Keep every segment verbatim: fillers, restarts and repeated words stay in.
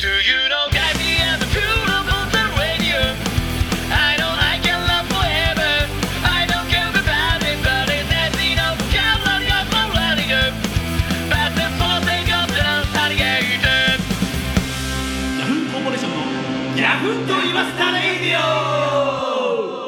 Do you know got me at the fuel of the radio? I know I can love forever. I don't care about it, but it has enough come on, got my radio. But the force they got the alligator. ヤフーコーポレーションのヤフーと言わせたレイディオ。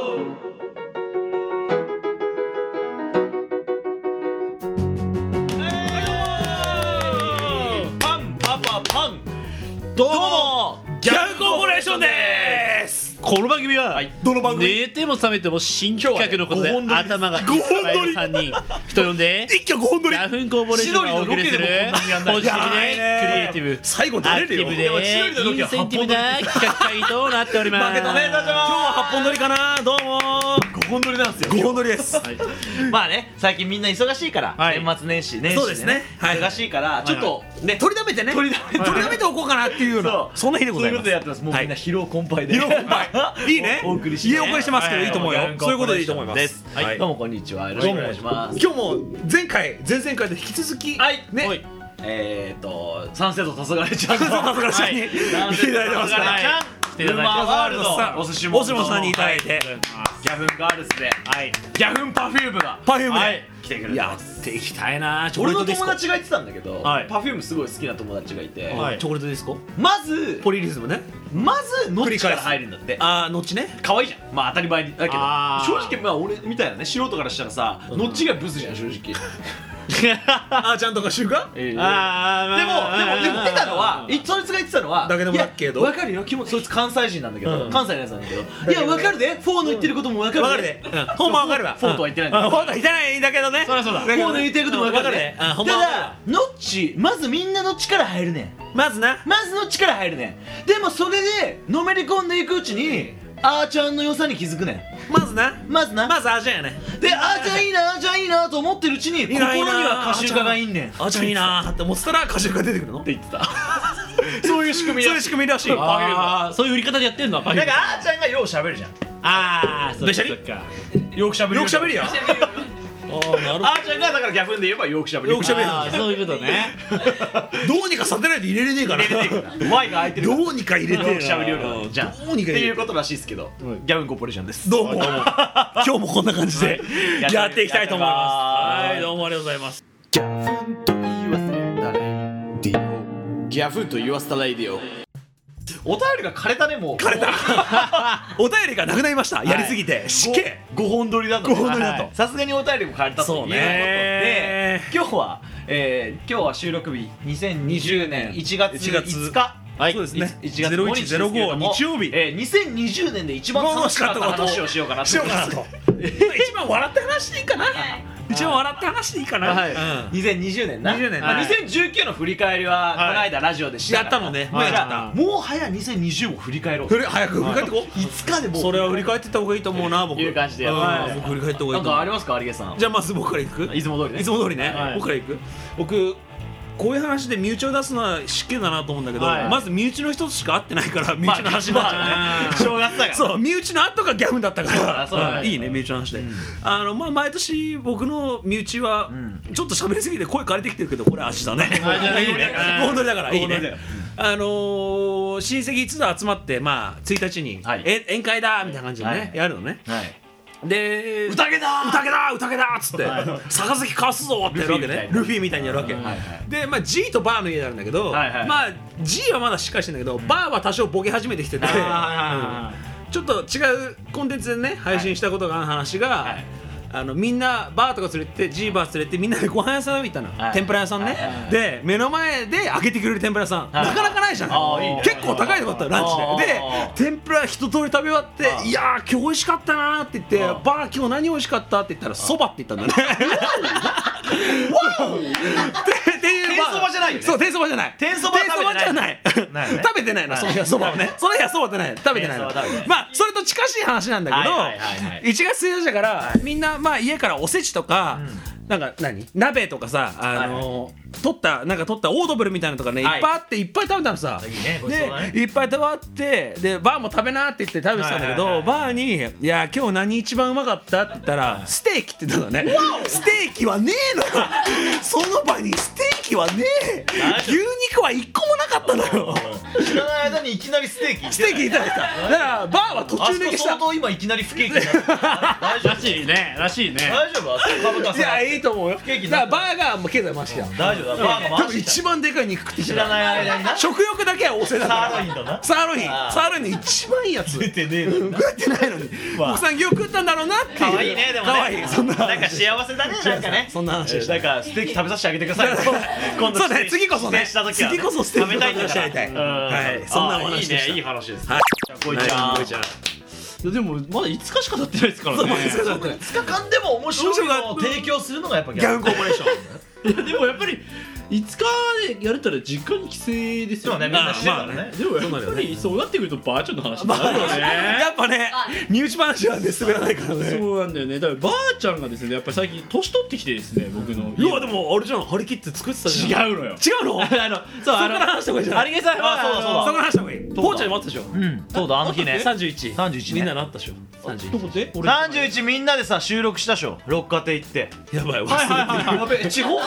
どうもギャフコーポレーションです。この番組は、はい、どの番組寝ても覚めても新企画のことで、ね、頭がいっぱいのさんにん人呼んで一挙ごほん撮りギャフコーポレーションがお送りするポジティブでクリエイティブ最後アクティブでインセンティブな企画会議となっております。負けたね、今日ははっぽん撮りかな。どうもごほん撮りなんですよ。ごほん撮りです、はい、まあね、最近みんな忙しいから、はい、年末年始年始でね、そうですね、はい、忙しいからちょっとね、取りだめてね取りだめておこうかなっていうようなそんな日でございます。そういうことでやってます。もうみんな疲労困憊で疲労困憊いいね、お送りして家お送りしてますけどいいと思うよ。そういうことでいいと思います。どうもこんにちは、よろしくお願いします。今日も前回前々回で引き続きね、えっと三世と黄昏ちゃんと黄昏ちゃんに来ていただいてますから、ウーマーワールドお寿司もさんにいただいて、ギャフンガールズでギャフンパフュームがパフュームで来てくれてやっていきたいな。俺の友達が言ってたんだけど、パフュームすごい好きな友達がいて、チョコレートディスコ、まずポリリズムね、まずノッチから入るんだって。ああ、ノッチね、可愛いじゃん。まあ当たり前だけど、正直まあ俺みたいなね素人からしたらさ、ノッチがブスじゃん正直。あーちゃんとか週刊、えー、あー、まあ、でもでも言ってたのは、そいつが言ってたのはだけでもだけど分かるよ、そいつ関西人なんだけど、うん、関西のやつなんだけど、いや分かるで、フォーの言ってることも分かるで、分かるで、フォーも分かるわ、フォーとは言ってないんだけど、フォーとは言ってないんだけどね、そうだそうだ、フォーの言ってることも分かるで、ただノッチ、まずみんなの力入るねん、まずな、まずの力入るねん。でもそれでのめり込んでいくうちにあーちゃんの良さに気づくねん。まずなまずなまずあーちゃんやね。であーちゃんいいな、あーちゃんいいなと思ってるうちに心には歌集家がいいんねん。あーちゃんいいなって思ってたら歌集家出てくるのって言ってた。そういう仕組み、そういう仕組みらしい。ああ、そういう売り方でやってんの。なんかあーちゃんがよう喋るじゃん。ああ、そうか。よく喋るよく喋るよ。あーちゃんがだからギャフンで言えばよくしゃべり、よくしゃべる、そういうことね。どうにかさてないと入れれねえから、ワイが空いてる、どうにか入れてるよくしゃべりよる、じゃあどうにかっていうことらしいですけど、ギャフンコーポレーションです。どうも今日もこんな感じでやっていきたいと思います。はい、どうもありがとうございます。ギャフンと言わせたレイディオ、ギャフンと言わせたレイディオ。お便りが枯れたね、もう枯れた。お便りがなくなりました、やりすぎて。しけごほん撮りだと、さすがにお便りも枯れたということで、今日は今日は収録日にせんにじゅうねんいちがついつか、そうですね、いちがつごにちですけれども、日曜日、にせんにじゅうねんで一番楽しかった話をしようかなと。一番笑った話でいいかな。一応笑って話していいかな。にせんにじゅうねんな、にせんじゅうきゅうの振り返りはこの間ラジオでやったのね。もう早にせんにじゅうも振り返ろう。早く振り返ってこう。いつかでもそれは振り返ってった方がいいと思うな、僕。いう感じでやる。僕振り返った方がいい。なんかありますか、有毛さん。じゃあまず僕からいく。いつも通りね、いつも通りね、僕からいく。僕こういう話で身内を出すのは失敬だなと思うんだけど、まず身内の一つしか会ってないから身内の話になっちゃうね。正月だから。そう、身内の後がギャフンだったからいいね、身内の話で。あのまあ毎年僕の身内はちょっと喋りすぎて声枯れてきてるけど、これ明日ね。本当にだからいいね。あの親戚一同集まってまあついたちに宴会だみたいな感じでねやるのね。で、宴だ宴だ宴だっつって杯かすぞってやるわけね。ルフィみたいにやるわけで、まあ G とバーの家になるんだけど、まあ G はまだしっかりしてるんだけど、バーは多少ボケ始めてきてて、ちょっと違うコンテンツでね配信したことがある話が、あのみんなバーとか連れて G バー連れてみんなでご飯屋さん行ったの、天ぷら屋さんね。で目の前で揚げてくれる天ぷら屋さんなかなかないじゃん。結構高いとこだったランチで。で天ぷら一通り食べ終わって、いやー今日美味しかったなーって言って、バー今日何美味しかったって言ったらそばって言ったんだね。っていう天そばじゃないよね。そう天そばじゃない、天そばじゃない、食べてないのその日はそばをね。その日はそばってない、食べてないの。まあそれと近しい話なんだけど、いちがつついたちだからみんなまあ家からおせちとか、なんか何鍋とかさ、あの取ったなんか取ったオードブルみたいなのとかね、いっぱいあっていっぱい食べたのさ。でいっぱい食べあって、でバーも食べなって言って食べてたんだけど、バーに「いや今日何一番うまかった?」って言ったら「ステーキ」って言ったのね。ステーキはねえのよ。その場にステーキはねえ。牛肉はいっこもなかったのよ。 らない間にいきなりステーキステーキいただいた。だからバーは途中抜けした。 相当今いきなり不景気になってる。大丈夫らしいねらしいね。 大丈夫あそこ株価いやいいと思うよ。 不景気にだからなってるバーがもう経済回してやん。 大丈夫だバーが多分回して一番でかい肉食ってき知らない間にな食欲だけは旺盛だからサーロインとなサーロインあーサーロインの一番いいやつ出てねえのにな食ってないのにまあ国産牛食ったんだろうなっていう。 可愛いねでもね可愛いそんななんか幸せだねなんかねそんな話でしたなんかステーキ食べさせてあげてください今度そうね次こそねした時はね次こそステーキ食べたいんだから食べさせてあげたいうんはいそんなお話でしたあいいねいい話ですはいじゃあこいちゃんこいちゃんいやでもまだいつかしか経ってないですからね。 そうまあいつかしか経ってないいつかかんでも面白いのを提供するのがやっぱギギャグコーポレーションいやでもやっぱりいつかでやれたら実家に帰省ですよね。 そうねみんなしてるからねでもやっぱりそうなってくるとばあちゃんの話になるよね。 やっぱね身内話はね滑らないからね。 そうなんだよね。だからばあちゃんがですねやっぱり最近年取ってきてですね僕のいやでもあれじゃん張り切って作ってたじゃん。 違うのよ。 違うの？ あのそうそこあのから話した方がいいじゃん。 有毛さんはあそうだそうだそこから話した方がいい。ポーちゃんにもあったでしょ。 うんそうだあの日ねさんじゅういちさんじゅういちねみんなのあったでしょ。さんじゅういちどこで？俺さんじゅういちみんなでさ収録したでしょ六花亭行ってやばい忘れてはいはいはいはい。 やべえ地方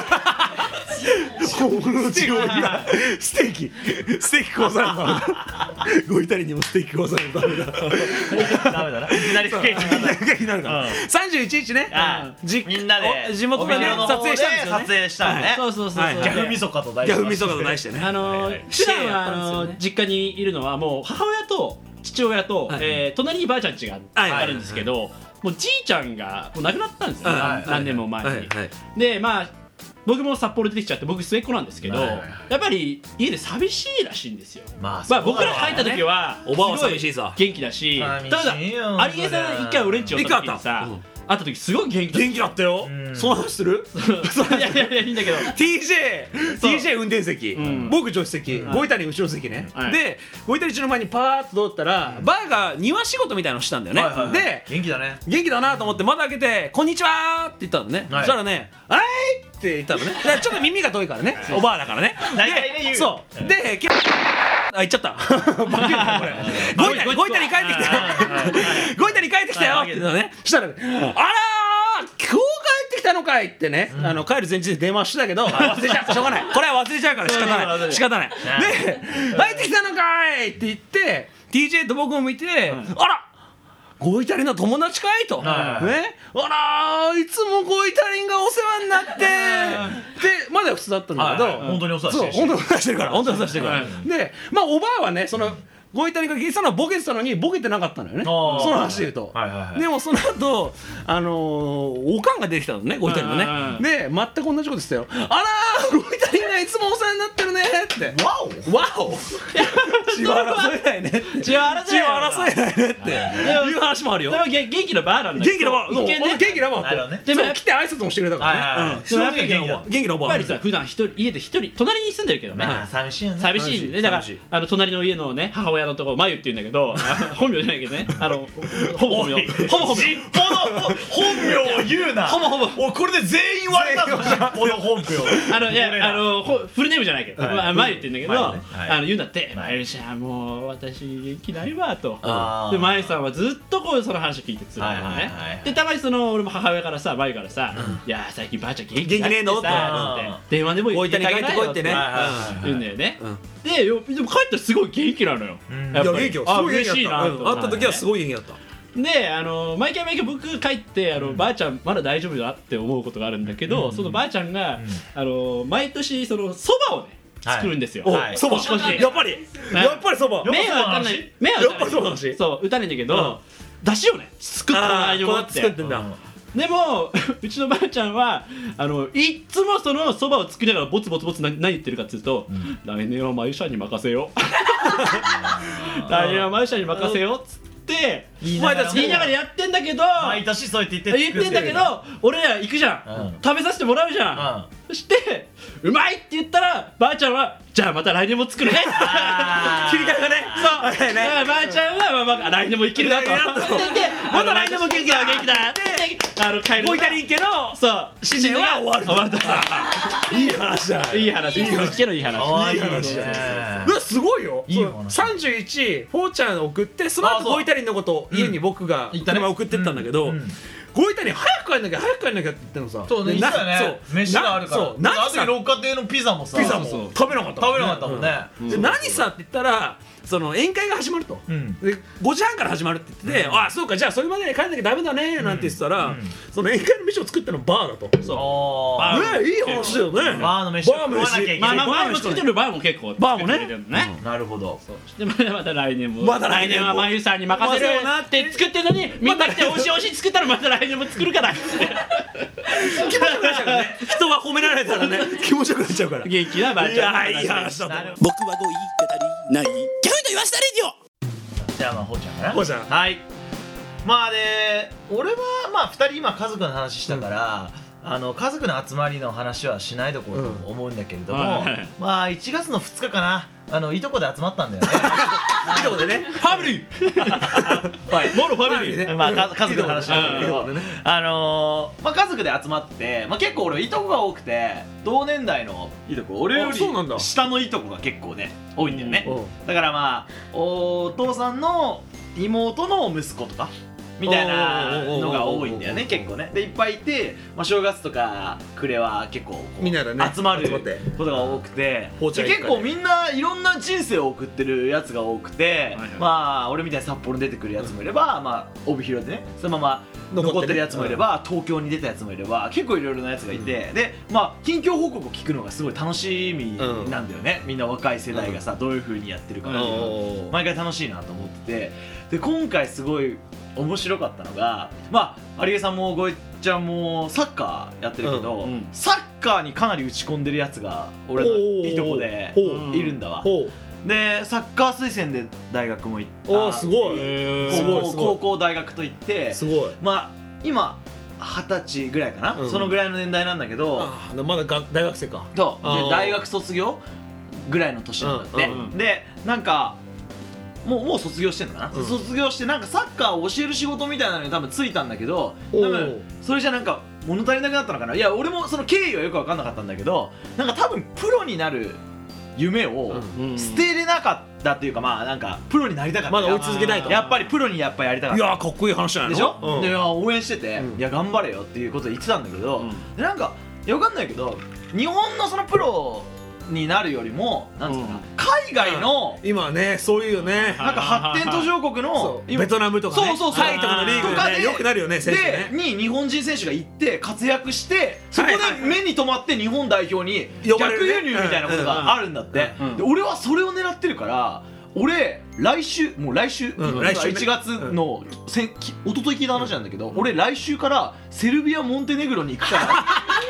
本物の地方だ。ステーキステーキこうさんのごいたりにもステーキこうさんのダメだ。 ダメだないきなり不景気になった気になるからうんさんじゅういちにちねあじみんなでお地元でねお店の方撮影したんですよね撮影したのねそうそうそうそう。 はいギャフみそかと題ギしてャフみそかと題してね。 あのはいはいー普段はあシェアやったんですよのね実家にいるのはもう母親と父親と、 はいえー隣にばあちゃん家がはいあるんですけど、もうじいちゃんがもう亡くなったんですよ、 はい何年も前に、 はいはいでまあ僕も札幌出てきちゃって僕末っ子なんですけど、 はいはいはいやっぱり家で寂しいらしいんですよ。 まあまあ僕ら入った時はおばあはすご寂しいさ元気だし、 寂しいただよ有毛さん一回俺んち寄った時にさ、 うん会った時すごい元気だった。 元気だったようんその話するいやいやいやいいんだけどティージェー ティージェー 運転席ん僕助手席ごいたり後ろ席ねはいでごいたり家の前にパーッと通ったらバーが庭仕事みたいなのしたんだよねはいはいはいで元気だね元気だなと思って窓開けて「こんにちは」って言ったのね、 はいそしたらね「はい」って言ったのねだからちょっと耳が遠いからねおばあだからね大体ね言うでそうでけあ言っちゃったバカだこれごいたりごいたり帰ってきたよごいたり帰ってきたよって言ったのねそしたらね「あらー今日帰ってきたのかい」ってね、あの帰る前日で電話してたけど忘れちゃうしょうがないこれは忘れちゃうから仕方ない仕方ないで「帰ってきたのかい」って言って ティージェー と僕を見て「あらごいたりの友達かい?」と、 はいね、あらーいつもごいたりんがお世話になってでまだ普通だったんだけど、 はいはい本当にお世話してるしそう本当にお世話してるから本当にお世話してるから、でまあおばあはねそのごいたりが聞いてたのはボケてたのにボケてなかったのよねそあーの話で言うと、 はいはいはいでもその後あのー、おかんが出てきたのねごいたりのねうんうんで全く同じこと言ってたよあらーごいたりがいつもお世話になってるねってわおわお血は争えないねって血は争えない血は争えないねっていう話もあるよでも元元気なバーなんだけど元気なば一見ね元気なばなるほどねでも来て挨拶もしてくれたからねはいはいはいうんその時元気なば元気なばやっぱりさ普段一人家で一人隣に住んでるけどね、 まあ寂しいよね寂しいんでだから寂しいあの隣の家のね母親のところまゆって言うんだけど本名じゃないけどねあのほぼ本名ほぼ本名尻尾の本名を言うなほぼほぼおこれで全員割れたぞ尻尾の本名あのいや俺らあのほフルネームじゃないけど、 はいまあ、まゆって言うんだけど、 まゆねはいあの言うんだって「 ままゆちゃんもう私元気ないわ」とあーでまゆさんはずっとこうその話聞いてつらいのはいはいねはいでたまにその俺も母親からさまゆからさ「いや最近ばあちゃん元気ない元気ねえのってさってつって電話でもごいたり帰ってこいってねはいはいはい言うんだよね、 うんでよでも帰ったらすごい元気なのよ、 うんやっぱりいや元気よあすごい元気嬉しいだったうんなと思って会った時はすごい元気だったであの毎回毎回僕帰ってあの、ばあちゃんまだ大丈夫だって思うことがあるんだけど、そのばあちゃんが、あの毎年そのそばをねはい作るんですよ、 おはいそば年越しやっぱりやっぱりそば目は打たない目は打たないやっぱそうな話そう打たないんだけど、だしをね作ったあーこう内容があって作ってんだでもうちのばあちゃんはあのいっつもそのそばを作りながらボツボツボツ何何言ってるかっていうと、来年はまゆちゃんに任せよう来年はまゆちゃんに任せようっつって言いながら言いながらやってんだけど毎年そうやって言って言ってんだけど俺ら行くじゃん、 うん食べさせてもらうじゃん、そしてうまいって言ったらばあちゃんはじゃあまた来年も作るねあー切り替えがねそうはいねだからばあちゃんは、まあまあ、来年も生きるなと来年だとでまた来年も元気だ元気だってあの帰るごいたりん家のそう新年は終わる終わるいい話だいい話いい話聞けのいい話かわいいいい話ねうわすごいよいい話さんじゅういちフォーちゃん送ってそのあそう後ごいたりんのことを家に僕が行ったね車送ってったんだけどうんうんごいたに早く帰んなきゃ早く帰んなきゃって言ってんのさそうね、 で言ってたよね。 そう飯があるから。 そう何あとさ六花亭のピザもさ、 ピザもそう食べなかった食べなかったもんね。 で何さって言ったらその宴会が始まると、 うんでごじはんから始まるって言ってて、ああそうかじゃあそれまで帰んなきゃダメだねなんて言ってたら、その宴会の飯を作ったのバーだと。そうあねいい話だよね。 バーの飯をバーの食わなきゃいけまない。 あまあ前も作ってるバーも結構バーもね作ってるけどねなるほど。 でまだまた来年もまだ来年もはまゆさんに任せるまあそうなって作ってるのにみんな来ておいしいおいしい作ったらまた来年も作るから気持ちよくなっちゃうからね。人は褒められたらね気持ちよくなっちゃうから。 元気なばあいちゃんのやいい話だと思う。 僕は語彙語りないギャフンと言わせたレディオ。 じゃあまあほうちゃんかな。 ほうちゃんはい。まあで俺はまあふたり今家族の話したから、あの家族の集まりの話はしないでおこうと思うんだけれども、 うんはいまあいちがつのふつかかな、あのいとこで集まったんだよね。 いいとこでねファミリーはい、 モロファミリーね。 まあか家族の話なんだけどいいとこでね、 あのーまあ家族で集まって、まあ結構俺いとこが多くて同年代のいとこ、俺よあそうなんだり下のいとこが結構ね多いんだよね。 うんだからまあお父さんの妹の息子とかみたいなのが多いんだよね、結構ね。でいっぱいいて、まあ、正月とか暮れは結構こうみんなでね集まる集まってことが多くて、 ほうちゃんで結構みんないろんな人生を送ってるやつが多くて、 はいはいまあ俺みたいに札幌に出てくるやつもいれば、まあ帯広でねそのまま残ってね残ってるやつもいれば、東京に出たやつもいれば、結構いろいろなやつがいて、でまあ近況報告を聞くのがすごい楽しみなんだよね、みんな若い世代がさ、どういう風にやってるかっていうのを毎回楽しいなと思ってて、で今回すごい面白かったのが、まあ有江さんもごいちゃんもサッカーやってるけど、 うんうんサッカーにかなり打ち込んでるやつが俺のいとこでほういるんだわ。 ほうでサッカー推薦で大学も行ったおーすごいへす高校ごいすごい高校大学と行ってすごい。 まあ今二十歳ぐらいかな、 うんそのぐらいの年代なんだけど、 あーまだが大学生か。 そうあーで大学卒業ぐらいの年なんだって、 うんうんでなんかもうもう卒業してんのかな、 うん卒業してなんかサッカーを教える仕事みたいなのに多分ついたんだけど、多おー分それじゃなんか物足りなくなったのかな。いや俺もその経緯はよく分かんなかったんだけど、なんか多分プロになる夢をうん捨てれなかったっていうか、まあなんかプロになりたかった、 まだ追い続けたいと。 やっぱりプロにやっぱやりたかったいやーかっこいい話じゃないの。 でしょ、 うんでいや応援してて、 うんいや頑張れよっていうことを言ってたんだけど、 うんでなんかいやわかんないけど日本のそのプロになるよりもなんつうのかな、 うん海外の今はねそういうよね。 なんか発展途上国のそう今ベトナムとかね。 そうそうそうタイとかのリーグとかででねよくなるよね選手でね。 に日本人選手が行って活躍してそこではいはいはい目に留まって日本代表に逆呼ばれるね輸入みたいなことがあるんだって、 うんうんで俺はそれを狙ってるから俺来週もう来週、 うん来週ねいちがつの、せんき一昨日聞いた話なんだけど、俺来週からセルビアモンテネグロに行くから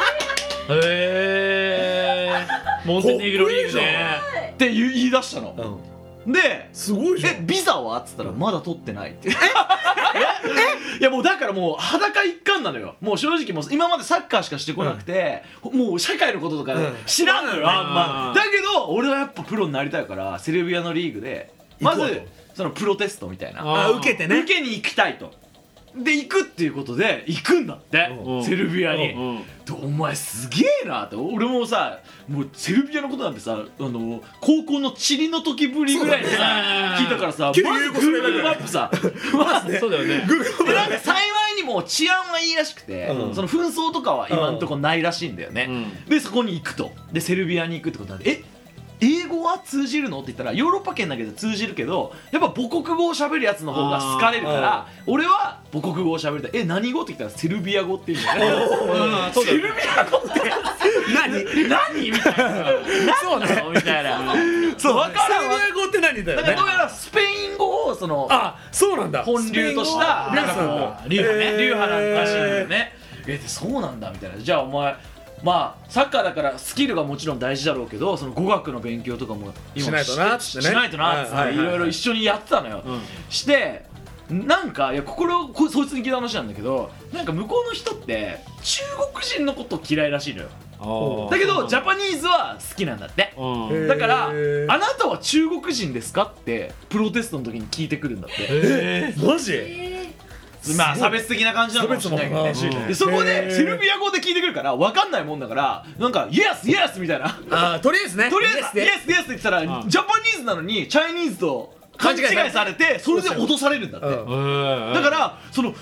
へえモンテネグロリーグねって言い言い出したの、 うんですごいじゃん。 えビザはっつったらまだ取ってないってええいやもうだからもう裸一貫なのよ。もう正直もう今までサッカーしかしてこなくて、もう社会のこととかねうん知らんのよ、あんまうんだけど俺はやっぱプロになりたいからセルビアのリーグでまず行こうとそのプロテストみたいなああ受けてね。 受けに行きたいとで行くっていうことで行くんだって、 うんセルビアに、 うんでお前すげえなって俺もさもうセルビアのことなんてさあの高校の地理の時ぶりぐらいでさ、 そうだね聞いたからさ急にまず英語それだけ Google マップさまずねそうだよねでなんか幸いにも治安はいいらしくて、 うんその紛争とかは今のところないらしいんだよね、 うんでそこに行くとでセルビアに行くってことなんでえ英語は通じるのって言ったらヨーロッパ圏だけど通じるけどやっぱ母国語を喋るやつの方が好かれるから俺は母国語を喋りたいえ何語って言ったらセルビア語って言うんだよねうんそうだよセルビア語って何？ 何みたいなそうね。 何みたいなそう。 わからんわセルビア語って何だよねだからどう。やらスペイン語をそのあそうなんだ。 本流としたスペイン語なんかこう流派ね流派なんらしいんだよねえでそうなんだみたいなじゃあお前まあサッカーだからスキルがもちろん大事だろうけどその語学の勉強とかも今しないとなっつってねしないとなっつってはいはいはいいろいろ一緒にやってたのよ、 うんしてなんかいや心こそいつに聞いた話なんだけどなんか向こうの人って中国人のこと嫌いらしいのよあーだけどジャパニーズは好きなんだってうんだからへーあなたは中国人ですかってプロテストの時に聞いてくるんだってえマジ？ まあ差別的な感じなのかもしれないけどね差別もうんでそこへーでセルビア語で聞いてくるから分かんないもんだからなんかイエスイエスみたいなあとりあえずね。 とりあえずイエでスイエスって言ってたらうんジャパニーズなのにチャイニーズと勘違いされてそれで落とされるんだってうんへーだからそのチャイ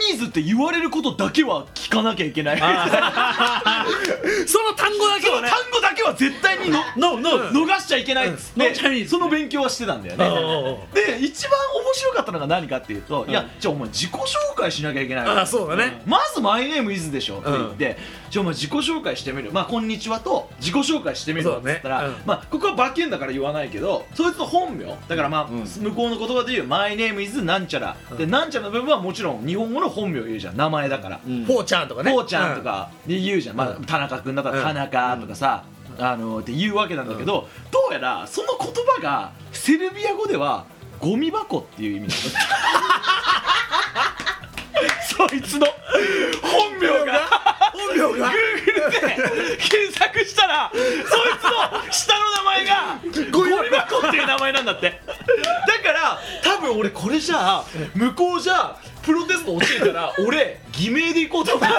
ニーズって言われることだけは聞かなきゃいけないそのその単語だけはね単語だけは絶対にののの逃しちゃいけないっつってその勉強はしてたんだよね。で一番面白かったのが何かっていうと、いやじゃあお前自己紹介しなきゃいけないあそうだねまずマイネームイズでしょって言って、じゃあお前自己紹介してみる、まあこんにちはと自己紹介してみるって言ったら、まあここはバキュンだから言わないけど、そいつの本名だからまあ向こうの言葉で言うマイネームイズなんちゃらで、なんちゃらの部分はもちろん日本語の本名を言うじゃん、名前だから。 フォーちゃんとかね、 フォーちゃんとかで言うじゃん、まあ田中君だったら田中とかさ、あのって言うわけなんだけど、どうやらその言葉がセルビア語ではゴミ箱っていう意味なんだそいつの本名が本名が Google で検索したらそいつの下の名前がゴミ箱っていう名前なんだって。だから多分俺これじゃあ向こうじゃプロテスト落ちるから俺偽名で行こうと思う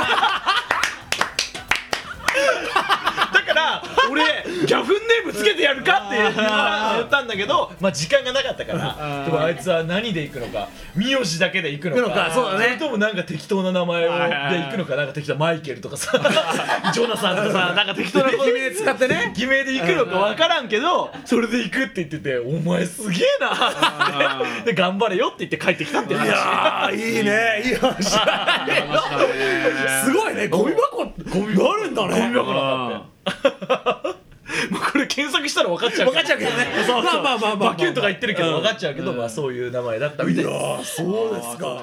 だから俺ギャフンネームつけてやるかって言ったんだけど、まあ時間がなかったからでもあいつは何で行くのか、名字だけで行くのか、そうだね、それともなんか適当な名前をで行くのか、なんか適当なマイケルとかさジョナサンとかさ、なんか適当な偽名使ってね偽名で行くのか分からんけどそれで行くって言ってて、お前すげえなで頑張れよって言って帰ってきたって話。いやーいいね、いい話すごいね、ゴミ箱ゴミなるんだね、ゴミ箱なんだってもうこれ検索したら分かっちゃう分かっちゃうけどね、まあまあまあまあバキュンとか言ってるけど分かっちゃうけど、まあそういう名前だったみたいです。いやーそうですか。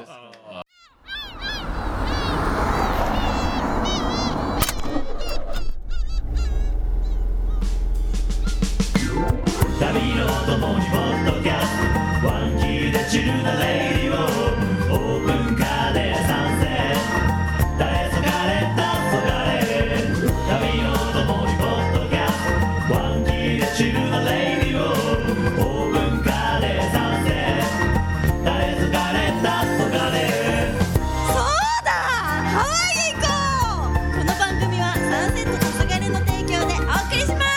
旅のともにポッドキャストワンキーでチルなレイディオオープンカーでサンセット誰そかれたそかれ旅のともにポッドキャストワンキーでチルなレイディオオープンカーでサンセット誰そかれたそかれ。 そうだ、ハワイへ行こう。この番組はサンセットとそがれの提供でお送りします。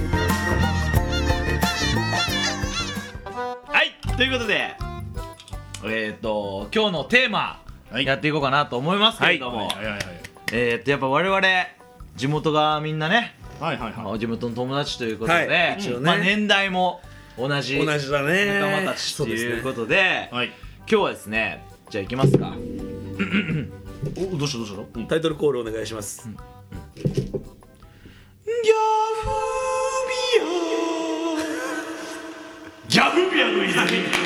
ということで、えっと今日のテーマやっていこうかなと思いますけれども、えっとやっぱ我々地元がみんなね、地元の友達ということで、まあ年代も同じ同じだね、 仲間たちということで、今日はですね、じゃあ行きますか。お、どうしたどうしたの？ タイトルコールお願いします。 ギャフビアギャフビアの泉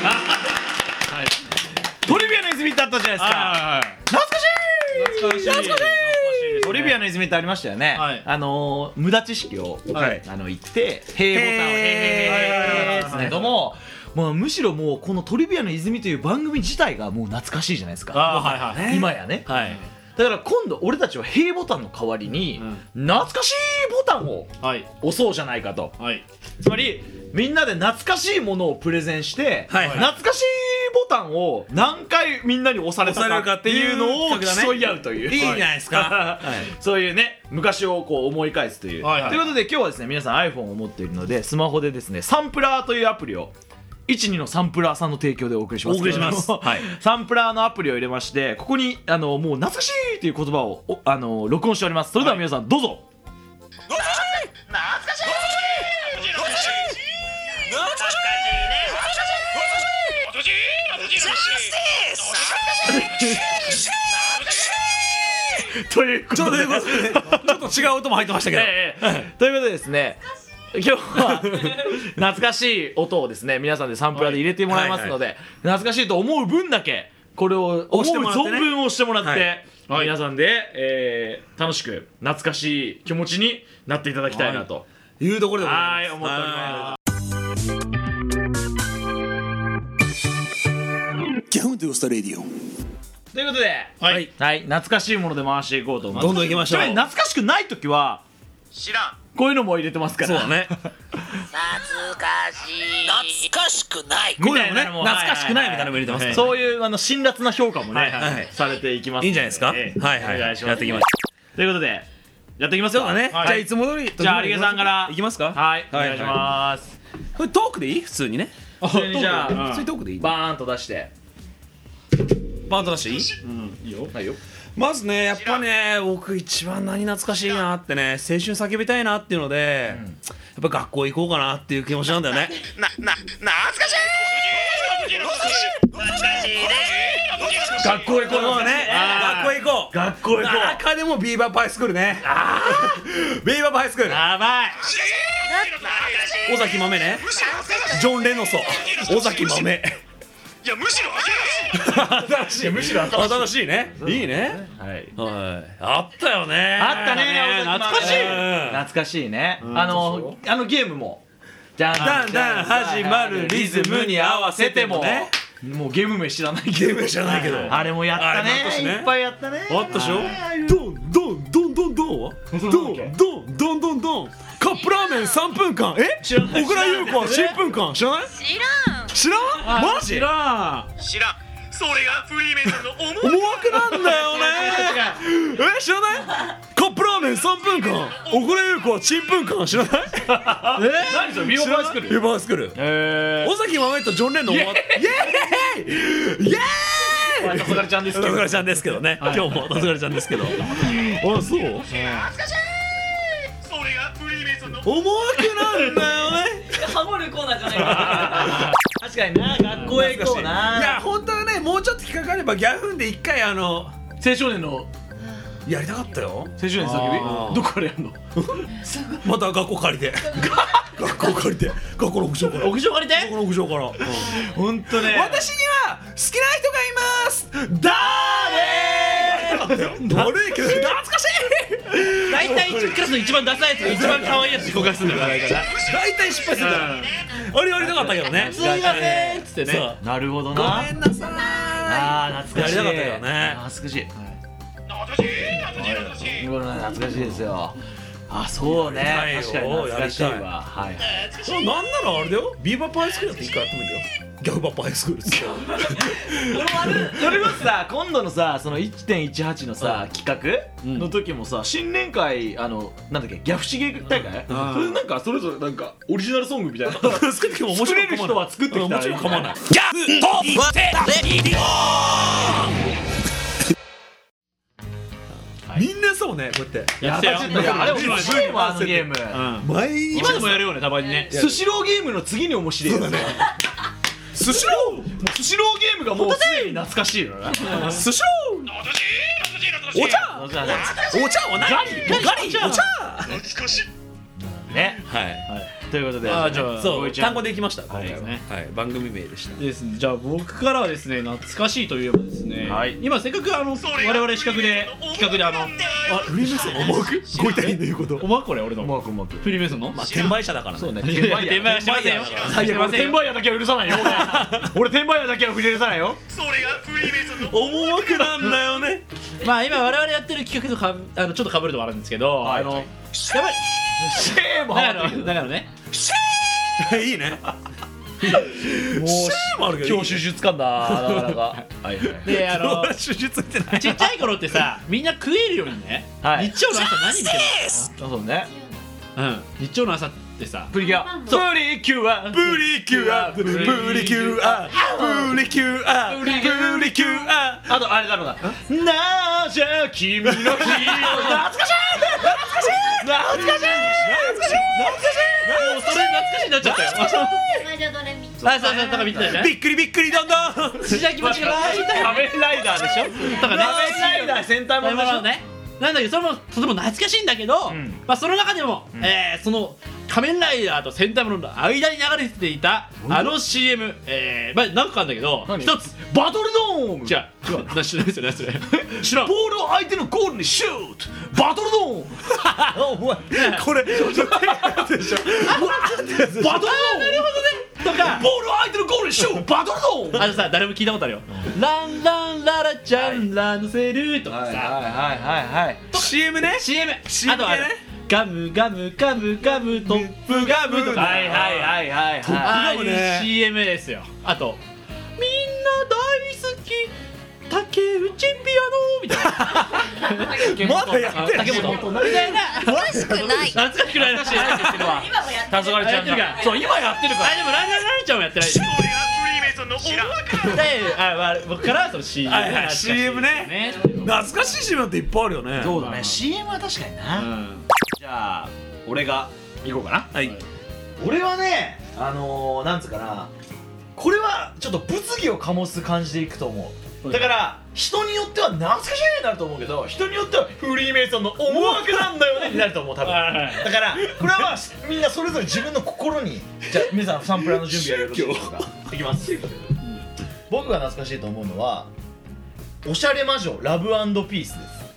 トリビアの泉ってあったじゃないですか。懐かしい懐かしい懐かしい。トリビアの泉ってありましたよね。あの無駄知識をあの言って平ボタンをへーですけども、まあむしろもうこのトリビアの泉という番組自体がもう懐かしいじゃないですか。今やね。だから今度俺たちは平ボタンの代わりに懐かしいボタンを押そうじゃないかと。つまりみんなで懐かしいものをプレゼンして、はいはい、懐かしいボタンを何回みんなに押されたかっていうのを競い合うという、いいじゃないですか、はい、そういうね昔をこう思い返すという、はいはい、ということで今日はですね皆さん iPhone を持っているのでスマホでですねサンプラーというアプリをいちにのサンプラーさんの提供でお送りします。お送りします、はい、サンプラーのアプリを入れましてここにあのもう懐かしいという言葉をあの録音しております。それでは皆さんどうぞ、はい、懐かしい懐かしいということでちょっと違う音も入ってましたけど、ええ、ということでですね今日は懐かしい音をですね皆さんでサンプラーで入れてもらいますので、はいはいはい、懐かしいと思う分だけこれを思う存分押してもらって、ねはい、皆さんで、えー、楽しく懐かしい気持ちになっていただきたいなと、はい、いうところでございます。はい、思っております。 ギャフンとヨスタレディオということで、はい、はい、懐かしいもので回していこうと思います。 どんどんいきましょう。 懐かしくない時は知らんこういうのも入れてますから。 そうだね懐かしい懐かしくないみたいなのも懐かしくないみたいなのも入れてます、 はいはい、そういうあの辛辣な評価もね、はいはいはい、されていきます。 いいんじゃないですか、えー、はいはい、お願いします。やっていきますということでやっていきますよね、はい、 じゃあいつも通りじゃあ有毛さんからいきますか。 はい、お願いします。 これトークでいい？普通にね、 普通にじゃあ普通にトークでいい？ バーンと出してパンと出していい？ うんいいよはいよまずねやっぱね僕一番何懐かしいなってね青春叫びたいなっていうので、うん、やっぱ学校行こうかなっていう気持ちなんだよね。 な、な、懐かしい学校行こうね。学校行こう。 学校行こう。 中でもビーバーパイスクールね。ビーバーパイスクール。 やばい。 尾崎豆ね。ジョン・レノソ。尾崎豆。 いやむしろ新しい。むしろ新しいね。いいね。はいはい。あったよね。 あったね。 懐かしい。 懐かしいね。あのあのゲームも。 だんだん始まるリズムに合わせてもね。 もうゲーム名知らないゲーム名知らないけどあれもやったね。いっぱいやったね。 あったでしょ。ドンドンドンドンドンはドンドンドンドンドンカップラーメンさんぷんかん。え小倉優子はしっぷんかん知らない？ 知らん知らん？マジ？ 知らん知らん。それがフリーメイソンの思思惑なんだよね。え知らない？カップラーメンさんぷんかん小倉優子はちんぷんかん知らない？え何それビーバーパイスクール？ ビーバーパイスクール。え尾崎豆とジョン・レンの思惑。イエーイイエーイたすがりちゃんですけどたすがりちゃんですけどね今日もたすがりちゃんですけどあそう懐かしい。それがフリーメイソンの思惑なんだよね。 ハモるコーナーじゃないか確かにな学校へ行こうな。 いや本当はねもうちょっと引っかかればギャフンで一回あの青少年のやりたかったよ。 青少年の叫びどこからやんの？ また学校借りて学校借りて学校の屋上から屋上借りて学校の屋上から本当ね。 私には好きな人がいます。だーれー悪いけど懐かしい。 大体クラスの一番ダサいやつが一番可愛いやつに告白するんだよ大体失敗するんだよ。あれやりたかったけどね。 すいませんっつってね。 なるほどごな。 めんなさい。 ああ懐かしい。 やりたかったよね。 懐かしい。 懐かしい懐かしい懐かしい。 これね懐かしいですよ。あそうね確かに懐かしいわ。はいなんならあれだよビーバーパイスクールって一回やってもいいんだよ。ギャフバーパイスクールっつってそれこそさ今度のさその いってんいちはち のさ企画の時もさ新年会あのなんだっけギャフシゲ大会それなんかそれぞれなんかオリジナルソングみたいな作ってきても面白い作れる人は作ってきたらもちろん構わない。 ギャフとワテレディみんなそうねこうやってやってよ。 いやあれ面白いわあのゲーム。 毎日今でもやるよねたまにね。 スシローゲームの次に面白いよね。 スシロスシローゲームがもうすでに懐かしいよね。 ースシロ懐かしい懐かしいーお茶お茶ねお茶は何ガリガリお茶懐かしい。 ねはいということであじゃあそう単語できました今はい回ははい番組名でした。 ですね、じゃあ僕からはですね懐かしいといえばですね、 はい、 今せっかくあの我々資格で企画であのあフリーメイソンの思惑ご遺体の言うことおまこれ俺のうまくうまくフリーメイソンのまあ転売者だからね。 そうねいや転売はしてませんよしてませんよ。 転売屋だけは許さないよ俺転売屋だけは許さないよ。 それがフリーメイソンの思惑なんだよね。 まあ今我々やってる企画とかあのちょっと被るとこあるんですけど、 はいあのやっぱりシェーもだハマってるからだからねいいね。 けどもうシェーもあるけど今日手術感だなかなかはいはいであの手術ってない。 ちっちゃい頃ってさみんな食えるようにね、 はい日曜の朝何見てそうねるの？うん日曜の朝ってさプリキュアプリキュアプリキュアプリキュアプリキュアプリキュアあとあれだろうななじゃ君の日を懐かしい懐かしい懐かしい懐かしい懐かしいもうそれ懐かしいになっちゃったよマジョドレミあそうそうとか見てたじゃんびっくりびっくりどんどん死な気持ちがないみたいな仮面ライダーでしょとかね仮面ライダー戦隊ものでしょまあねなんだけどそれもとても懐かしいんだけど、 んまあその中でも、えーその仮面ライダーと戦隊ものの間に流れていたあの シーエム、えー、まあ何個かあるんだけど何一つバトルドームじゃあ違うな知らないですよねそれ知らんボールを相手のゴールにシュートバトルドームお前これちょっと手がやってるでしょバトルドームとかボールを相手のゴールにシュートバトルドームあのさ誰も聞いたことあるよランランララちゃんランドセルとかさはいはいはいはいシーエム ねシーエムシーエムあとあれねガムガムガムガムトップガムとかはいはいはいはいはいああいう シガムねーエム ですよあとみんな大好き竹内ピアノみたいなまだやってんの竹本みたいな詳しくない懐かしくないらしいなってるわ今もやってたそがれちゃんやってるかがそう今やってるからあでもランランランちゃんもやってないそれがフリーメイソンの知らんであ、まあ、僕からはその シーエムはいはい シーエム ね懐かしい シーエム っていっぱいあるよね。 そうだね シーエム は確かにな、 うんじゃあ俺が行こうかな。 はい俺はねあのー、なんつうかなこれはちょっと物議を醸す感じでいくと思う。だから人によっては懐かしいになると思うけど、人によってはフリーメイソンの思惑なんだよねになると思う多分。だからこれはまあみんなそれぞれ自分の心にじゃあ皆さんサンプラーの準備はよろしいでしょうか。いきます。僕が懐かしいと思うのはおしゃれ魔女ラブ&ピースです。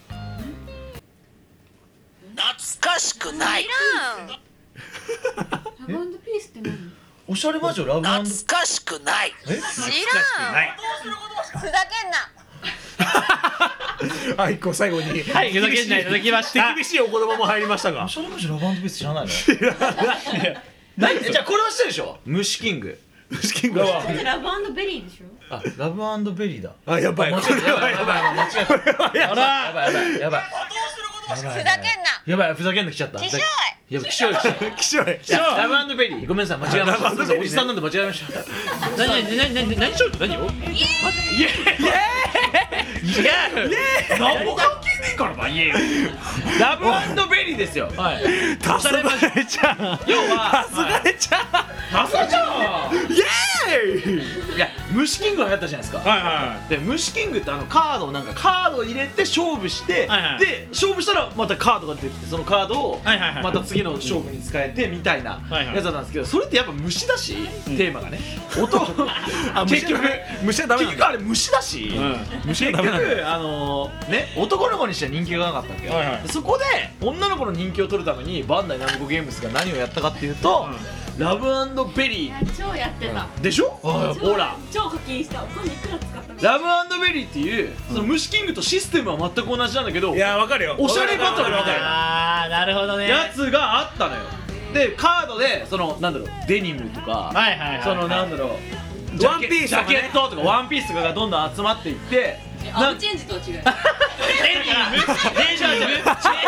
懐かしくない知らんラブ&ピースって何？ おしゃれ魔女ラブ& 懐かしくない知らんふざけんなはいこう最後にはい、ふざけんないいただきました。 手厳しいお言葉も入りましたがおしゃれ魔女ラブ&ピース知らないの？何じゃあこれは知ってるでしょ。虫キング。 虫キングはラブ&ベリーでしょ？ あラブ&ベリーだ。 あやばい間違えたやばいやばいやばい間違えた。 あらやばいやばいやばいふざけんなやばいふざけんの来ちゃった。 きしょいやばいきしょいきしょい。 きしょいいやラブ&ベリーごめんなさい間違えました。 ラブ&ベリーねおじさんなんで間違えました。 何何何何何しよう何を？ いや何も関係ねえからな言えよ。ラブ&ベリーですよ。 はい。 たすがれちゃん要はたすがれちゃんたすがちゃんイエーイいや虫キングが流行ったじゃないですか。 はいはで虫キングってあのカードをなんかカードを入れて勝負して、 はいはいで勝負したらまたカードが出てきてそのカードをはいはいはいまた次の勝負に使えてみたいなはいはいやつなんですけど、それってやっぱ虫だし、テーマがね音あ結局虫はダメなんだ結局あれ虫だし、 虫結はダメなんだ局あのーね男の子にしては人気がなかったわけよ、 はいはいでそこで女の子の人気を取るためにバンダイナムコゲームズが何をやったかっていうと、ラブ&ベリー超やってたでしょ、ほら超課金したお金いくら使ったの？ ラブ&ベリーっていうその虫キングとシステムは全く同じなんだけど、 いやわかるよおしゃれバトルみたいなああ、なるほどね。 やつがあったのよ。でカードでそのなんだろうデニムとか、 はいはいはい。 そのなんだろうワンピースとかねジャケットとかワンピースとかがどんどん集まっていってアブチェンジとは違うデニムデジャブ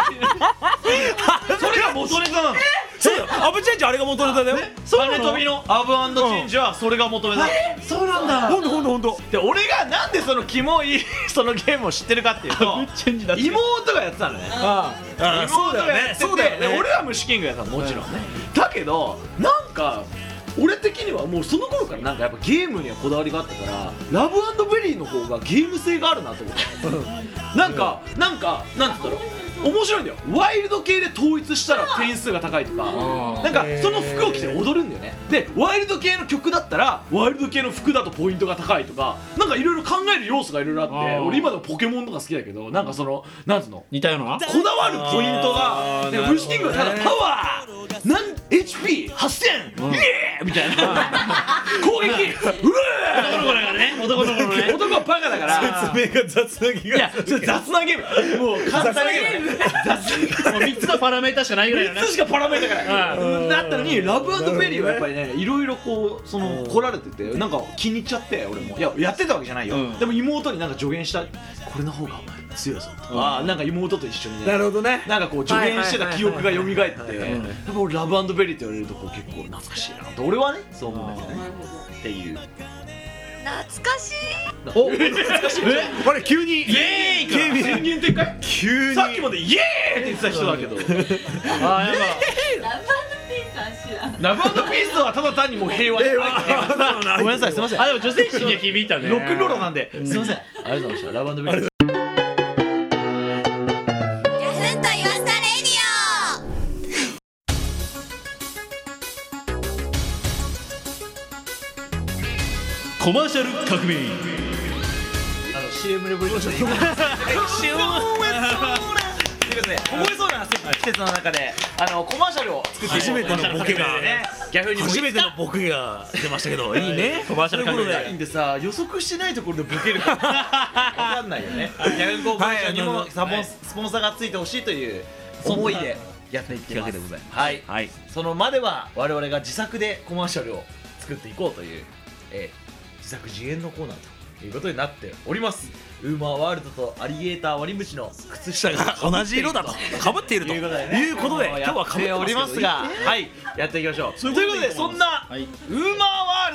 それが元ネタなの。 そうよアブチェンジあれが元ネタだよ羽飛びのアブ&チェンジはそれが元ネタ。そうなんだ。 ほんとほんとほんとで俺がなんでそのキモいそのゲームを知ってるかっていうと妹がやってたのね。 ああそうだよね妹がやっててそうだよねで俺は虫キングやったのもちろんね、だけどなんか俺的にはもうその頃からなんかやっぱゲームにはこだわりがあったからラブ&ベリーの方がゲーム性があるなと思ってなんかなんかなんて言ったろう面白いんだよ。ワイルド系で統一したら点数が高いとかなんかその服を着て踊るんだよね。でワイルド系の曲だったらワイルド系の服だとポイントが高いとかなんかいろいろ考える要素がいろいろあって、 あー俺今でもポケモンとか好きだけどなんかそのなんつうの似たような。 こだわるポイントがで虫キングはただパワー何 エイチピーはっせん イエーみたいな攻撃うわ男の子だからね。男の子のね。 男はバカだから説明が雑な気いやがそれ雑なゲームもう簡単なゲーム雑もうみっつのパラメータしかないぐらいのねみっつ。しかパラメータからうんだったのにラブ&ベリーはやっぱりねいろいろこうその来られててなんか気に入っちゃって俺もいややってたわけじゃないよ、 うんでも妹になんか助言したこれの方がお前強いぞとか、なんか妹と一緒にねなるほどねなんかこう助言してた記憶が蘇ってやっはいはいはいはいぱ俺ラブ&ベリーって言われるとこう結構懐かしいなと俺はねそう思うんだけどねっていう懐かしいお懐かしいあれ急にイエーイ急に宣言展開急にさっきまでイエーイって言ってた人だけどああ、やっラブ&ピースは知らんラブ&ピースはただ単にもう平和にごめんなさいすいませんぱ。あ、でも女性誌には響いたね。 ロックンローラーなんで、すみません。ありがとうございました。ラブ&ベリー。 ギャフンと言わせたレイディコマーシャル革命。 あの シーエム レボリューション。シーエム。ということで、凍えそうな季節の中で、あのコマーシャルを作っていこう初めてのボケがね。逆にもう初めてのボケが出ましたけどいいねコマーシャル革命ということでいいんでさ予測してないところでボケるかわかんないよね。逆に高校生にもサポンスポンサーがついてほしいという思いでやっていってます。はい。 はいそのまでは我々が自作でコマーシャルを作っていこうという、えー自作自演のコーナーということになっております。ウーマーワールドとアリゲーター割り虫の靴下が同じ色だとかぶっているということでねいうことで今日はかぶってやっておりますが、はい、やっていきましょう。ということでそんな、 はい。 ウーマーワール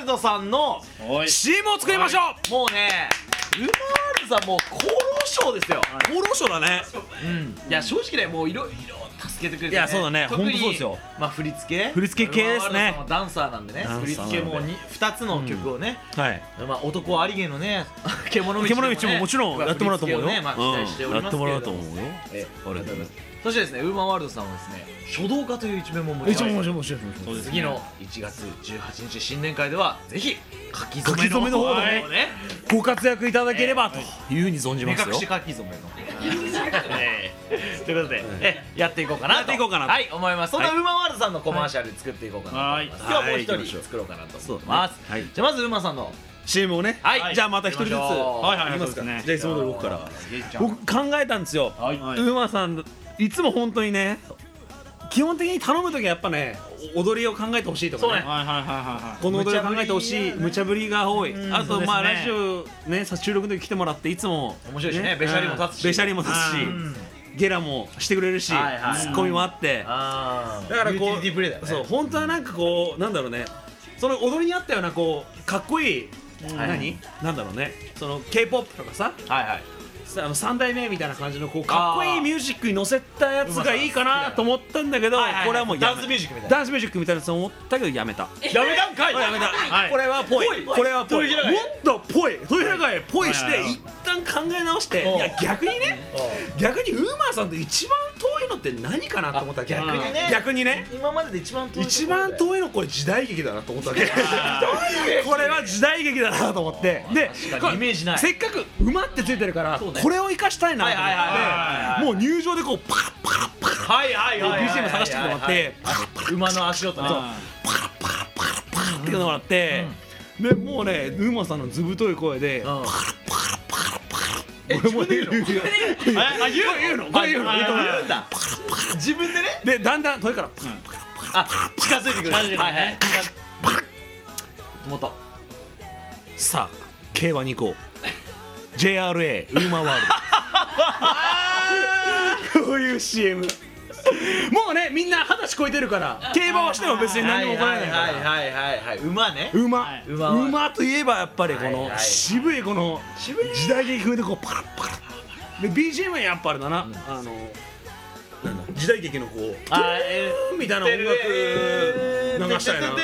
ルドさんのシーエム を作りましょう。 もうねウーマワールドさんもう厚労省ですよ。 厚労省だね。 うんいや正直ねもういろいろ助けてくれて、ね、 いやそうだね特にほんとそうですよ。 まあ振り付け振り付け系ですねウーマワールドさんはダンサーなんでねダンサーなんで振り付けもにふたつの曲をね、 はい。 まあ男ありげのね獣道もね獣道ももちろんやってもらうと思うよ。 振り付けをねまあ期待しておりますけれども、 やってもらうと思うよ。 えありがとうございます。そしてですねウーマンワールドさんはですね書道家という一面も持ちます。 面白い面白い。 次のいちがつじゅうはちにち新年会ではぜひ書き初め書き初めの方でねねご活躍いただければというふうに存じますよ目隠し。書き初めのえーということで、えやっていこうかなとやっていこうかなとはい思います。そんなウーマンワールドさんのコマーシャル作っていこうかなと思います。今日はもうはい一人作ろうかなと思ってはいます。 はいじゃあまずウーマンさんのシーエム をね。 はいじゃあまた一人ずつ。 行きましょうはいはいはいいきますか。 そうですねじゃあいつも通り僕から。 ゲイちゃん僕考えたんですよ。 はいウーマンさんいつも本当にね基本的に頼むときはやっぱね踊りを考えてほしいとかね。 そうねはいはいはいはいこの踊りを考えてほしい無茶ぶりが多い。あとまあそうですねラジオねさ収録の時来てもらっていつも面白いしねべしゃりも立つしべしゃりも立つしうんゲラもしてくれるしツはいはいッコミもあってあーだからこうユーティリティプレイだよね。 そう本当はなんかこうなんだろうねその踊りに合ったようなこうかっこいいはい何なんだろうねその K-ポップ とかさはいはいあの三代目みたいな感じのこうかっこいいミュージックに乗せたやつがいいかなと思ったんだけどはいはいはいこれはもうやめダンスミュージックみたいなダンスミュージックみたいなやつ思ったけどやめたやめたんかいやめた、 はいこれはぽいぽいこれはぽい豊も平っとぽい豊平がぽいしてはいはいはい一旦考え直していおうや逆にね逆にウーマーさんと一番遠いのって何かなと思ったわけ逆にね逆にね今までで一番遠い一番遠いのこれ時代劇だなと思ったわけこれは時代劇だなと思ってで確かにイメージないせっかく馬ってついてるからそうねこれを生かしたいなと思はいはいはいはいはいってもう入場でこうパカッパカッパカッはいはいはいはいビージーエム 探してきてもらって馬の足音ねパカッパカッパカッパカッっていうのもらってでもうねウーマーさんのずぶとい声でうんパカッパカッパカッパカッえ俺も自分で言うの言うあ言う言うのこれ言うのあ言うの言うんだ自分でねでだんだん遠いからあ近づいてくるはいはいもっとさあ競馬に行こう ジェイアールエー ウーマンワールドこういう シーエム もうねみんな二十歳超えてるから競馬をしても別に何も起こらないからはいはいはいはい馬ね馬、 はい馬馬といえばやっぱりこのはいはいはい渋いこの時代劇風でこうパラッパラッで ビージーエム はやっぱあれだな、あのなんだ時代劇のこうあえみたいな音楽流したいな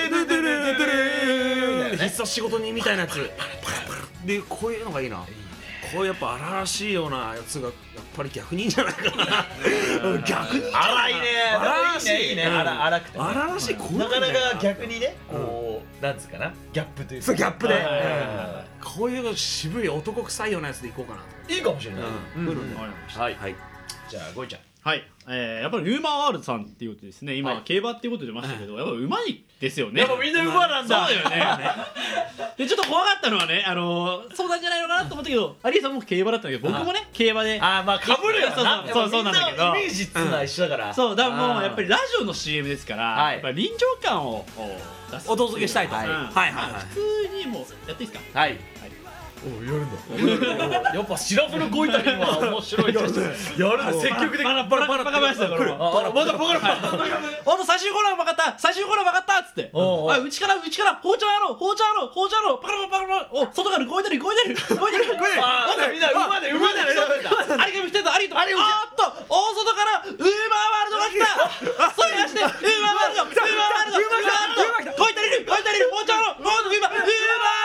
必殺仕事人みたいなやつでこういうのがいいなこういうやっぱ荒々しいようなやつがやっぱり逆にいいんじゃないかな逆に荒いね荒々しいいいね荒荒くてね荒々しいこういうなかなのねか逆にねこうなんつうかなギャップというかそうギャップではいはいはこういう渋い男臭いようなやつでいこうかないいいかもしれないうんうんわかりましたはいはいじゃあゴイちゃんはい、えー、やっぱりウーマンワールドさんっていうことですね今、 はい競馬っていうことで出ましたけど、やっぱうまいですよねやっぱみんな馬なんだそうだよねでちょっと怖かったのはねあのー、そうなんじゃないのかなと思ったけど有吉さんも競馬だったんだけど僕もね競馬であーまあかぶるよなそうそうそうなんだけどイメージっつうのは一緒だからそうだからもうやっぱりりラジオの シーエム ですから、 はいやっぱり臨場感を出すお届けしたいとうんはいはいはい普通にもうやっていいですかはいおやるんだやっぱシラフのゴイタリンは面白いやるんだ積極的バラバラバラバカ話だからあまだバカラほんと最終コーナー分かった最終コーナー分かったっつっておうおうあうちからうちから包丁やろう包丁やろう包丁やろうパカラパカラパカラお外から動いてる動いてる動いてるあーみんな馬で馬でありがとう来てたありがとうありがとうおっと大外からウーマーワールドが来たそれがしてウーマーワールドウーマーワールドウーマーワールド動いてる動いてる包丁やろう包丁今ウーマーワールド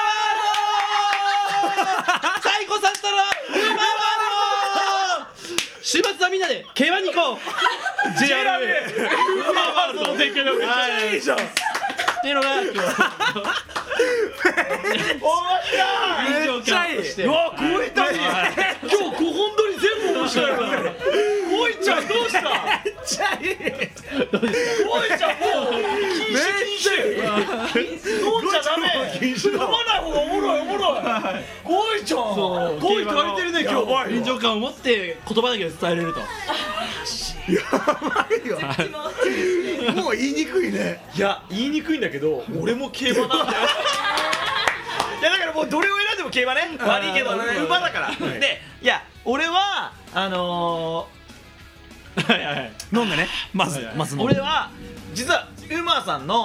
最高させたらウーマーワールド週末はみんなで競馬に行こう ジェイアールエー ウーマーワールドの提供力いいじゃんっていうのが今日めっちゃいいうわゴイタリン今日ごほん撮り全部面白いからゴイちゃんどうしためっちゃいいゴイちゃんもう禁止禁止飲んじゃダメ飲まない方がおもろいおもろいゴイちゃんゴイ足りてるね今日臨場感を持って言葉だけで伝えれるともう言いにくいねいや言いにくいんだけど俺も競馬なんだよいやだからもうどれを選んでも競馬ね悪いけど馬だからでいや俺はあのはいはいはい飲んでねまずまず飲んで俺は実はウーマーさんの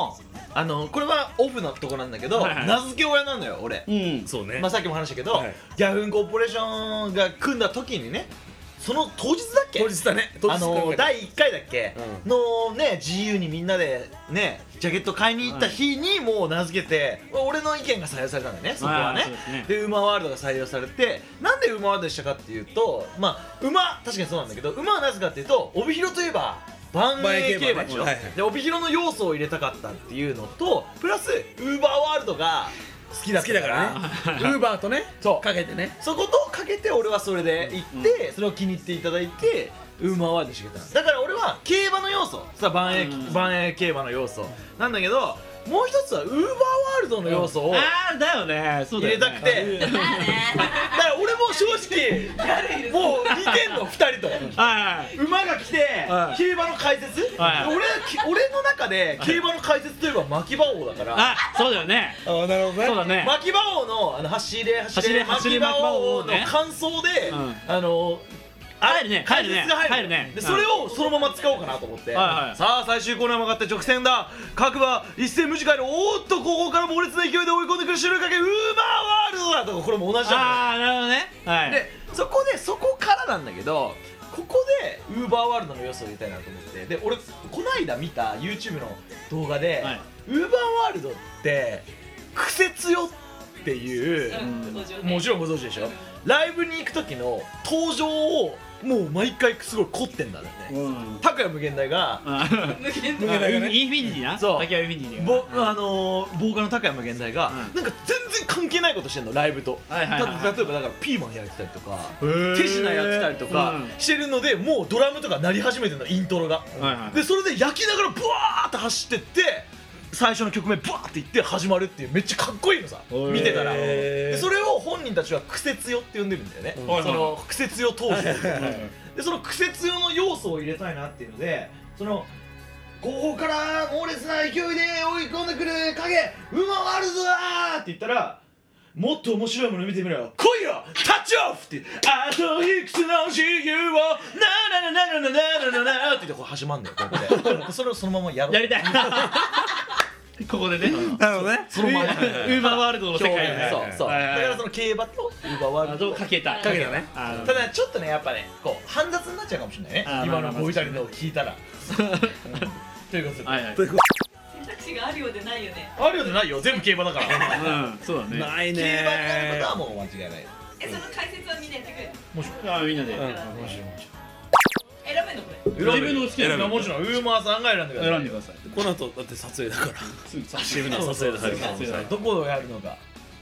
あのこれはオフのとこなんだけど、 はいはい名付け親なのよ俺、 うんそうねまあ、さっきも話したけど、 はいギャフンコーポレーションが組んだ時にねその当日だっけ当日だね当日あのだいいっかいだっけ、 うのね ジーユー にみんなでねジャケット買いに行った日にもう名付けて、俺の意見が採用されたんだよねそこはね。 そうですねで馬ワールドが採用されて、なんで馬ワールドにしたかっていうと、まあ馬確かにそうなんだけど、馬はなぜかっていうと帯広といえば万栄競馬でしょ、 万栄競馬ねはいはいで帯広の要素を入れたかったっていうのとプラスウーバーワールドが好きだったか好きだかららねウーバーとねそうかけてねそことかけて俺はそれで行って、それを気に入っていただいてウーマーワールドしてくれたの。だから俺は競馬の要素さ万栄万栄競馬の要素なんだけど、もう一つはウーバーワールドの要素をああだよねそうだよね入れたくて、だから俺も正直もう似てんのふたりと。 はいはい馬が来てはい競馬の解説、 はい俺き俺の中で競馬の解説といえば牧場王だから、 あそうだよねああなるほどねそうだね牧場王のあの走れ走れ走れ走れ牧場王の牧場王ね感想で、 うんあの帰るね帰るね解説が入帰るねでそれをそのまま使おうかなと思って、 はいはいさあ最終コーナー曲がって直線だ、各馬一斉無視界のおーっと後方から猛烈な勢いで追い込んでくる白い影ウーバーワールドだとか、これも同じなんだよ。 ああなるほどねはいでそこでそこからなんだけど、ここでウーバーワールドの要素を入れたいなと思って、で俺この間見た YouTube の動画で、 はいウーバーワールドってクセ強っていう、もちろんご存知でしょ、ライブに行く時の登場をもう毎回すごい凝ってんだよね、 うん高谷無限大があ無限大がねインフィニティなそう竹谷インフィニティボあのー、ボーカルの高谷無限大が、 うんなんか全然関係ないことしてんのライブと、 はいはいはいはいた例えばだからピーマンやってたりとかー手品やってたりとかうんしてるので、もうドラムとか鳴り始めてるのイントロが、 はいはいでそれで焼きながらブワーって走ってって最初の曲名ブワーっていって始まるっていう、めっちゃかっこいいのさ見てたら、でそれを本人たちはクセ強って呼んでるんだよね、 はいそのクセ強登場でそのクセ強の要素を入れたいなっていうので、その後方から猛烈な勢いで追い込んでくる影馬ワールドだーって言ったら、もっと面白いもの見てみろよ、来いよタッチオフってあといくつの自由をなななななななななって言ってこう始まんだよこうやってそれをそのままやろうやりたいここでねなるほどねそのままウーバーワールドの世界をねそうそう、 はいはいだからその競馬とウーバーワーあルドとかけたかけたねあのただちょっとねやっぱねこう煩雑になっちゃうかもしれないねあー今のまあまあご二人のを聞いたらということで、 はいはいというこ選択肢があるようでないよね。 あるようでないよ全部競馬だからうんそうだねとない競馬になるねことはもう間違いないえ、その解説はみんなやってくれる。 もちろんあみんなでうん選べんのこれ。 自分の好きなの選ぶもちろんウーマーさんが選んでください選んでくださいこの後だって撮影だからすぐさシェフの撮影だからそうそうそうどこをやるのかど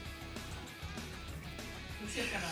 うしようかな。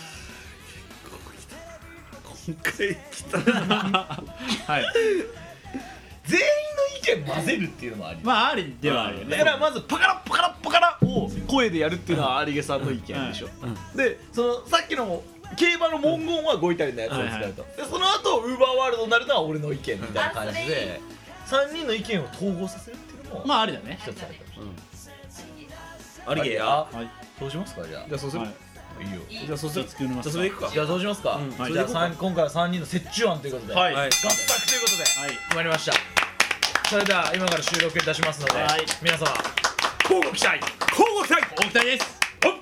今回来たはい全員の意見混ぜるっていうのもありまあありではあるよねだからまずパカラパカラパカラを声でやるっていうのは有毛さんの意見でしょ、でそのさっきの競馬の文言はごいたりのやつを使うと、でその後ウーバーワールドになるのは俺の意見みたいな感じでさんにんの意見を統合させるっていうのもまあありだね一つあるかもしれない、 ありげやはいどうしますかじゃあじゃあそうするはいいいよじゃあそうする作りますじゃあそれいくかじゃあどうしますか、 うんじゃあそれでいこうかさん今回はさんにんの折衷案ということで、 はいはい合作ということではい決まりました。それでは今から収録いたしますので、 はい皆様乞うご期待交互期待お期待です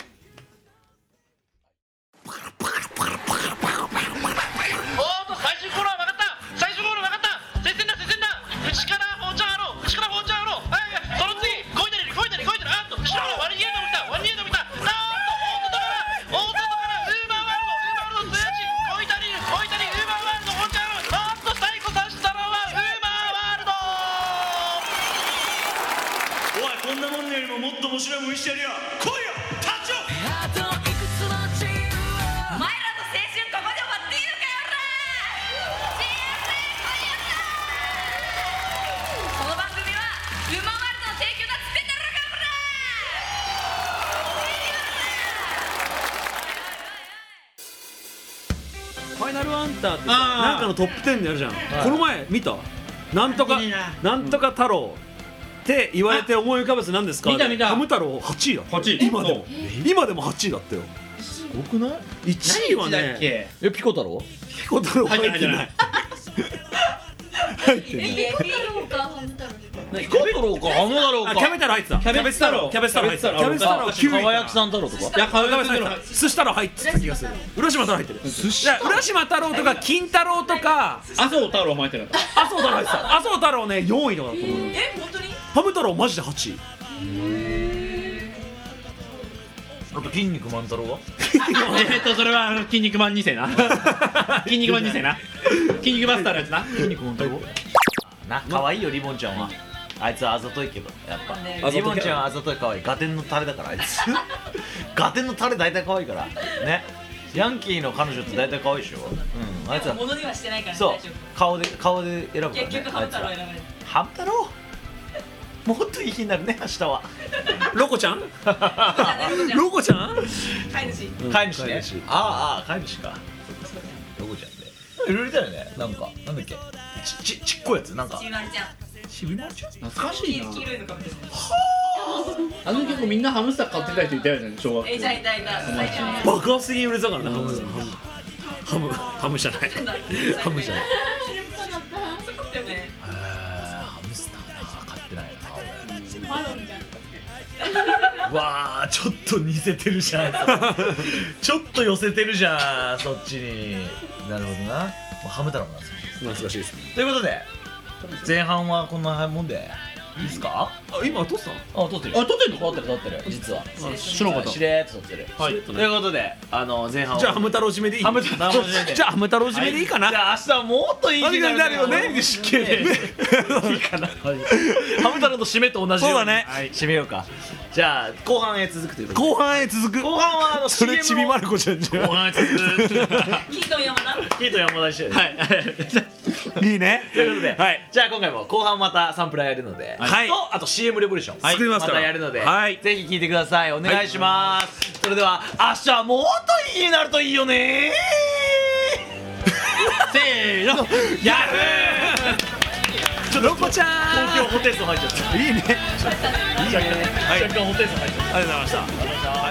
おーっと最終コーナー分かった最終コーナー分かった接戦だ接戦だ内からフォーチャーロー内からフォーチャーローはいはいその次こいたりこいたりこいたりあっと後ろからワニゲートも来たワニゲートも来たなんと大外から大外からウーバーワールドウーバーワールド通知こいたりこいたりウーバーワールドフォーチャーローあっと最後差したのはウーバーワールドおいこんなもんよりももっと面白いもん見してやるよ来いよタッチオフお前らの青春ここで終わっていいのかよおらこの番組はウーマンワールドの提供だっつってんだろうかファイナルアンターってさあーなんかのトップじゅうにあるじゃんこの前見たなんとかいいななんとか太郎って言われて思い浮かべて何ですか見た見たハム太郎はちいだったはちい今でも今でもはちいだったよすごくないいちいはねけえピコ太郎ピコ太郎入ってない入ってないえ、ピコ太郎かハム太郎ピコ太郎かハム太郎かキャベ太郎入ってた。キャベツ太郎キャベツ太郎入ってた。キャベツ太郎きゅうい川焼さん太郎とかいや川焼太郎寿司太郎入ってた気がする。浦島太郎入ってる。寿司浦島太郎とか金太郎とか麻生太郎も入ってなかった。 麻生太郎入ってた。麻生太郎ねよんいとかだと思う。 え本当にハム太郎マジではちい。 あと筋肉万太郎はえっとそれは筋肉マンに世な筋肉マンに世な筋肉バスターのやつな。 筋肉万太郎な、可愛いよリボンちゃんは。あいつはあざといけどやっぱリボンちゃんはあざとい可愛い。ガテンのタレだからあいつガテンのタレ大体可愛いからね。ヤンキーの彼女って大体可愛いでしょ。うん、あいつは物にはしてないからそう大丈顔で顔で選ぶからね。 夫結局ハム太郎選ばれるハム太郎もっといい日になるね明日は。 ロコちゃんロコちゃん飼い主飼い主ね。ああああ飼い主か。ロコちゃんでいろいろいたよね。なんかなんだっけちちちっこいやつなんかちびまるちゃんちびまるちゃん懐かしいな。 黄色いのかもしれないあの時結構みんなハムスター買ってた人いたよね小学校。 えいたいたいた最初に爆発的に売れたからね。ハムハムハムじゃないハムじゃない。 でもねハムスターな買ってないなマロンじゃん俺。わあちょっと似せてるじゃんちょっと寄せてるじゃんそっちに。なるほどな。もうハム太郎なんですよ。 懐かしいですね。 ということで前半はこんなもんでいいですか。 あ今撮ってたの？ あ撮ってる。 あ撮ってんの？ 撮ってる撮ってる実は。 知らなかった。 しれーっと撮ってる。 はいということであの前半をじゃあハム太郎締めでいい？ ハム太郎締めでじゃあハム太郎締めでいいかな？ じゃあ明日はもっといい日になるよね。いいかな。ハム太郎の締めと同じようにそうだね締めようか。じゃあ後半へ続くということで後半へ続く。 後半はあのそれちびまる子ちゃんじゃん。 後半へ続くキートン山田キーと山田してる。 はいいいね。 ということで、 はいじゃあ今回も後半またサンプラーやるので、 はいとあと シーエム レボリューション、 はい作りますからまたやるので、 はいぜひ聞いてください。お願いします。それでは明日はもっといい日になるといいよねせーのヤフちょロコちゃん。 東京ホテイソン入っちゃった。 いいね。 いいね。若干ホテイソン入っちゃった。 ありがとうございました。 ありがとうございました。